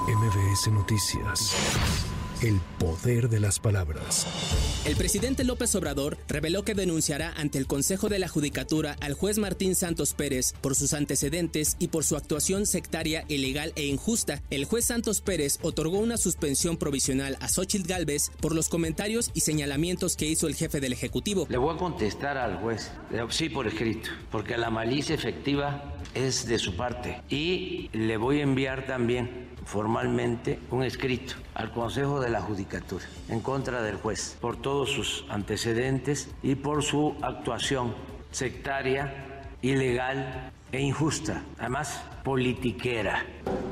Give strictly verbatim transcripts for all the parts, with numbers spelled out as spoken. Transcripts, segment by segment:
M V S Noticias. El poder de las palabras. El presidente López Obrador reveló que denunciará ante el Consejo de la Judicatura al juez Martín Santos Pérez por sus antecedentes y por su actuación sectaria, ilegal e injusta. El juez Santos Pérez otorgó una suspensión provisional a Xóchitl Gálvez por los comentarios y señalamientos que hizo el jefe del Ejecutivo. Le voy a contestar al juez, sí, por escrito, porque la malicia efectiva es de su parte. Y le voy a enviar también formalmente un escrito al Consejo de la Judicatura en contra del juez por todos sus antecedentes y por su actuación sectaria, ilegal e injusta, además politiquera.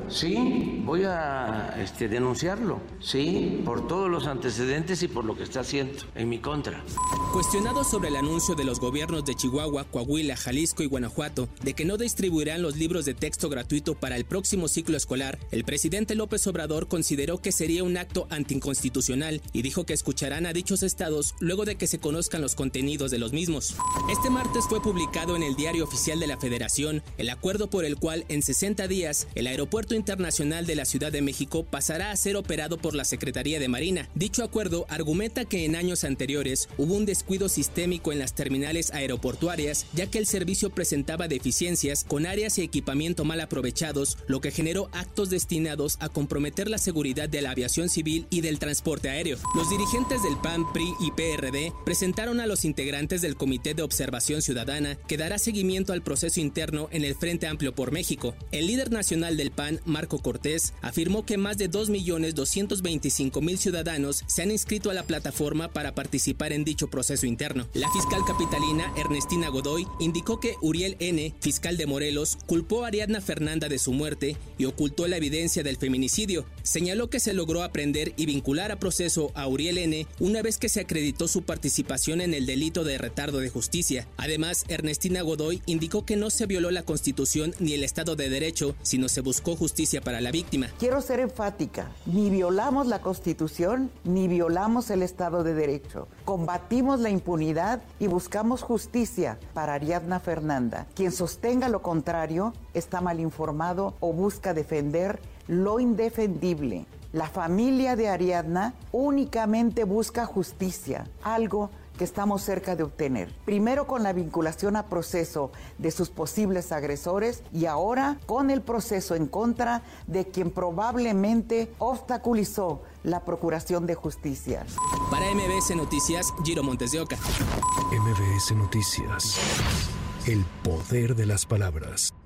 Sí, voy a este, denunciarlo, sí, por todos los antecedentes y por lo que está haciendo en mi contra. Cuestionado sobre el anuncio de los gobiernos de Chihuahua, Coahuila, Jalisco y Guanajuato de que no distribuirán los libros de texto gratuito para el próximo ciclo escolar, el presidente López Obrador consideró que sería un acto anticonstitucional y dijo que escucharán a dichos estados luego de que se conozcan los contenidos de los mismos. Este martes fue publicado en el Diario Oficial de la Federación el acuerdo por el cual en sesenta días el Aeropuerto Internacional de la Ciudad de México pasará a ser operado por la Secretaría de Marina. Dicho acuerdo argumenta que en años anteriores hubo un descuido sistémico en las terminales aeroportuarias, ya que el servicio presentaba deficiencias con áreas y equipamiento mal aprovechados, lo que generó actos destinados a comprometer la seguridad de la aviación civil y del transporte aéreo. Los dirigentes del P A N, P R I y P R D presentaron a los integrantes del Comité de Observación Ciudadana que dará seguimiento al proceso interno en el Frente Amplio por México. El líder nacional del P A N, Marco Cortés, afirmó que más de dos millones doscientos veinticinco mil ciudadanos se han inscrito a la plataforma para participar en dicho proceso interno. La fiscal capitalina Ernestina Godoy indicó que Uriel N., fiscal de Morelos, culpó a Ariadna Fernanda de su muerte y ocultó la evidencia del feminicidio. Señaló que se logró aprender y vincular a proceso a Uriel N. una vez que se acreditó su participación en el delito de retardo de justicia. Además, Ernestina Godoy indicó que no se violó la Constitución ni el Estado de Derecho, sino se buscó justicia para la víctima. Quiero ser enfática, ni violamos la Constitución, ni violamos el Estado de Derecho. Combatimos la impunidad y buscamos justicia para Ariadna Fernanda. Quien sostenga lo contrario está mal informado o busca defender lo indefendible. La familia de Ariadna únicamente busca justicia, algo que estamos cerca de obtener. Primero con la vinculación a proceso de sus posibles agresores y ahora con el proceso en contra de quien probablemente obstaculizó la procuración de justicia. Para M V S Noticias, Giro Montes de Oca. M V S Noticias. El poder de las palabras.